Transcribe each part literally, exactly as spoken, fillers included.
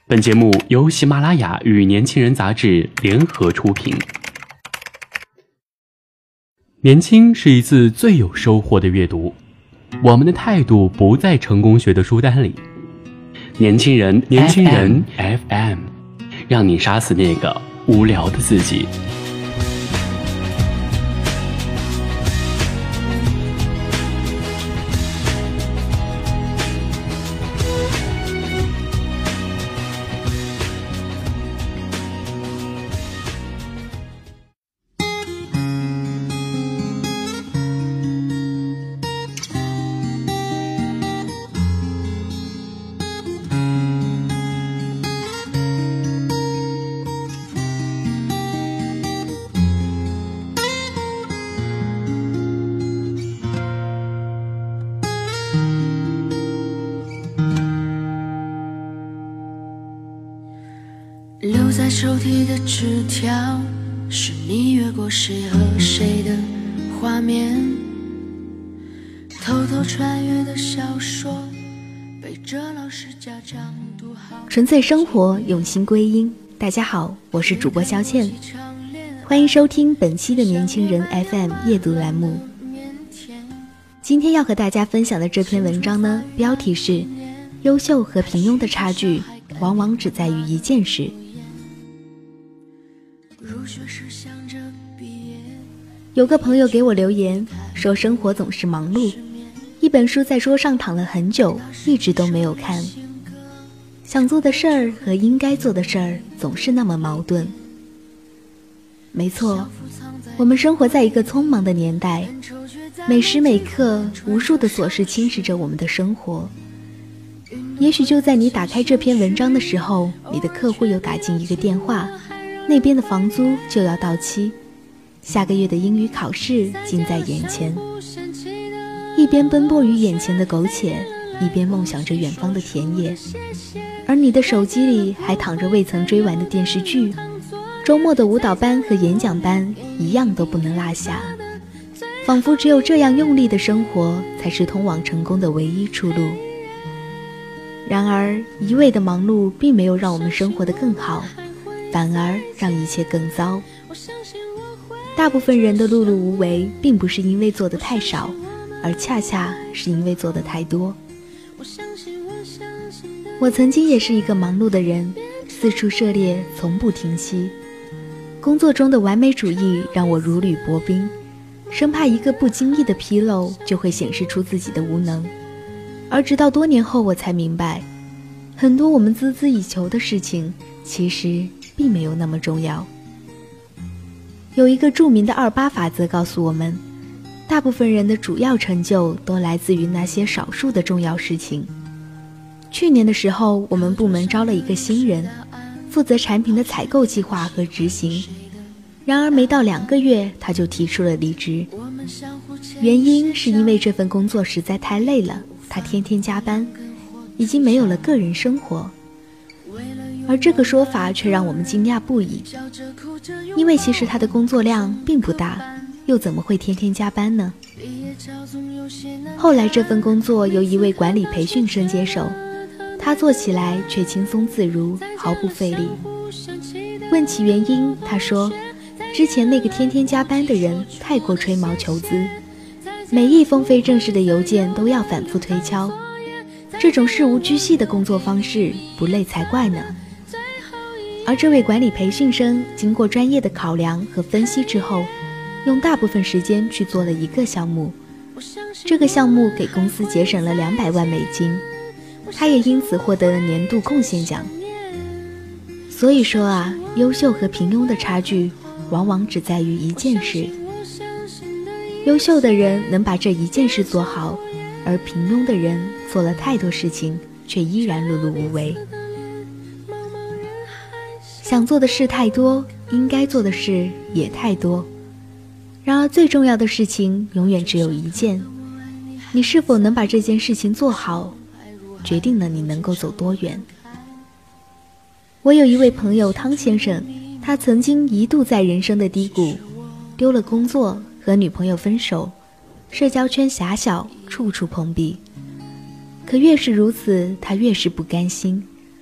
本节目由喜马拉雅与年轻人杂志联合出品。年轻是一次最有收获的阅读，我们的态度不在成功学的书单里。年轻人，年轻人 F M， 让你杀死那个无聊的自己。 留在抽屉的纸条，是你越过谁和谁的画面，偷偷穿越的小说，背着老师家长读好。 纯粹生活，用心归因。大家好，我是主播肖倩，欢迎收听本期的年轻人 F M 夜读栏目。今天要和大家分享的这篇文章呢，标题是优秀和平庸的差距往往只在于一件事。有个朋友给我留言说，生活总是忙碌，一本书在桌上躺了很久，一直都没有看。想做的事儿和应该做的事儿总是那么矛盾。没错，我们生活在一个匆忙的年代，每时每刻无数的琐事侵蚀着我们的生活。也许就在你打开这篇文章的时候，你的客户又打进一个电话，那边的房租就要到期，下个月的英语考试近在眼前。一边奔波于眼前的苟且，一边梦想着远方的田野，而你的手机里还躺着未曾追完的电视剧，周末的舞蹈班和演讲班一样都不能落下，仿佛只有这样用力的生活才是通往成功的唯一出路。然而一味的忙碌并没有让我们生活得更好，反而让一切更糟。大部分人的碌碌无为并不是因为做得太少，而恰恰是因为做得太多。我曾经也是一个忙碌的人，四处涉猎，从不停息。工作中的完美主义让我如履薄冰，生怕一个不经意的纰漏就会显示出自己的无能。而直到多年后，我才明白，很多我们孜孜以求的事情其实并没有那么重要。有一个著名的二八法则告诉我们，大部分人的主要成就都来自于那些少数的重要事情。去年的时候，我们部门招了一个新人，负责产品的采购计划和执行。然而没到两个月，他就提出了离职，原因是因为这份工作实在太累了，他天天加班，已经没有了个人生活。而这个说法却让我们惊讶不已，因为其实他的工作量并不大，又怎么会天天加班呢？后来这份工作由一位管理培训生接手，他做起来却轻松自如，毫不费力。问起原因，他说之前那个天天加班的人太过吹毛求疵，每一封非正式的邮件都要反复推敲，这种事无巨细的工作方式不累才怪呢。而这位管理培训生经过专业的考量和分析之后，用大部分时间去做了一个项目，这个项目给公司节省了两百万美金，他也因此获得了年度贡献奖。所以说啊，优秀和平庸的差距往往只在于一件事。优秀的人能把这一件事做好，而平庸的人做了太多事情，却依然碌碌无为。想做的事太多，应该做的事也太多。然而最重要的事情永远只有一件，你是否能把这件事情做好，决定了你能够走多远。我有一位朋友汤先生，他曾经一度在人生的低谷，丢了工作，和女朋友分手，社交圈狭小，处处碰壁。可越是如此，他越是不甘心。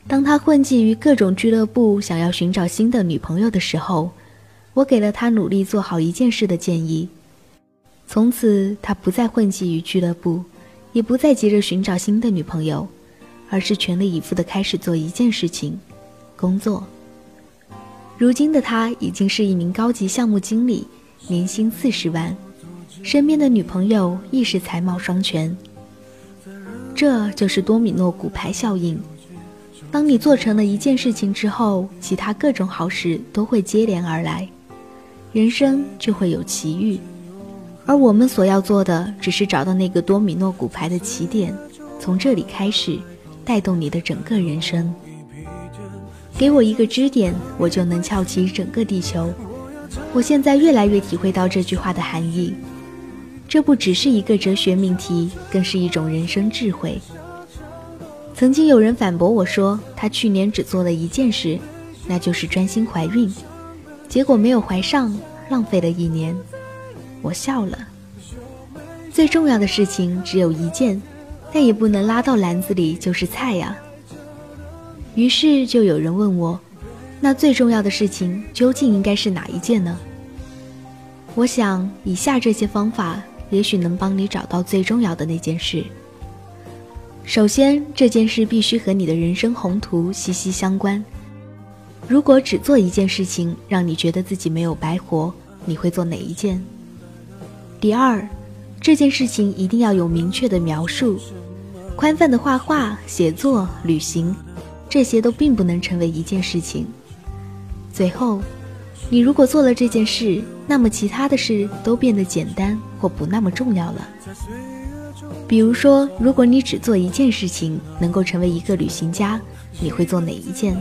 当他混迹于各种俱乐部，想要寻找新的女朋友的时候，我给了他努力做好一件事的建议。从此，他不再混迹于俱乐部，也不再急着寻找新的女朋友，而是全力以赴地开始做一件事情：工作。如今的他已经是一名高级项目经理，年薪四十万，身边的女朋友亦是才貌双全。这就是多米诺骨牌效应。当你做成了一件事情之后，其他各种好事都会接连而来，人生就会有奇遇。而我们所要做的，只是找到那个多米诺骨牌的起点，从这里开始，带动你的整个人生。给我一个支点，我就能翘起整个地球。我现在越来越体会到这句话的含义。这不只是一个哲学命题，更是一种人生智慧。曾经有人反驳我说，他去年只做了一件事，那就是专心怀孕，结果没有怀上，浪费了一年。我笑了。最重要的事情只有一件，但也不能拉到篮子里就是菜呀。于是就有人问我，那最重要的事情究竟应该是哪一件呢？我想以下这些方法也许能帮你找到最重要的那件事。首先，这件事必须和你的人生宏图息息相关。如果只做一件事情让你觉得自己没有白活，你会做哪一件？第二，这件事情一定要有明确的描述。宽泛的画画、写作、旅行，这些都并不能成为一件事情。最后，你如果做了这件事，那么其他的事都变得简单或不那么重要了。比如说，如果你只做一件事情能够成为一个旅行家，你会做哪一件？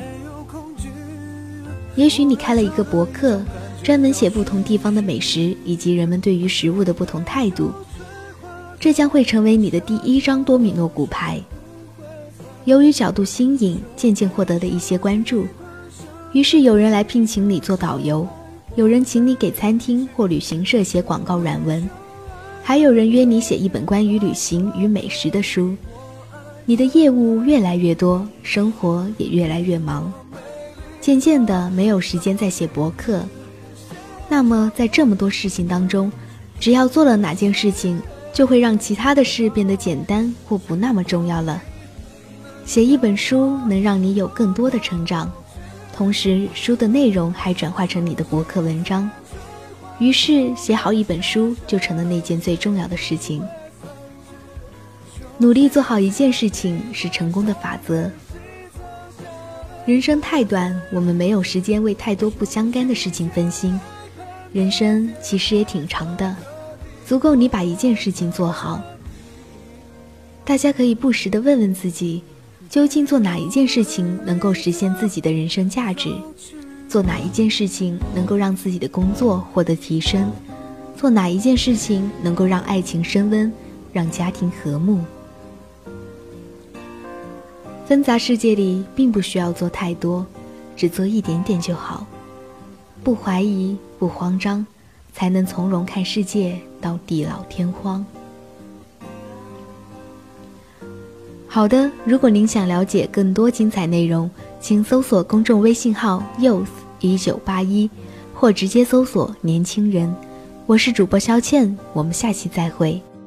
也许你开了一个博客，专门写不同地方的美食以及人们对于食物的不同态度，这将会成为你的第一张多米诺骨牌。由于角度新颖，渐渐获得了一些关注，于是有人来聘请你做导游，有人请你给餐厅或旅行社写广告软文，还有人约你写一本关于旅行与美食的书。你的业务越来越多，生活也越来越忙，渐渐的没有时间再写博客。那么在这么多事情当中，只要做了哪件事情，就会让其他的事变得简单或不那么重要了。写一本书能让你有更多的成长，同时书的内容还转化成你的博客文章，于是写好一本书就成了那件最重要的事情。努力做好一件事情是成功的法则。人生太短，我们没有时间为太多不相干的事情分心。人生其实也挺长的，足够你把一件事情做好。大家可以不时地问问自己，究竟做哪一件事情能够实现自己的人生价值？做哪一件事情能够让自己的工作获得提升？做哪一件事情能够让爱情升温，让家庭和睦？纷杂世界里并不需要做太多，只做一点点就好。不怀疑，不慌张，才能从容看世界到地老天荒。好的，如果您想了解更多精彩内容，请搜索公众微信号 youth 一九八一，或直接搜索年轻人。我是主播肖倩，我们下期再会。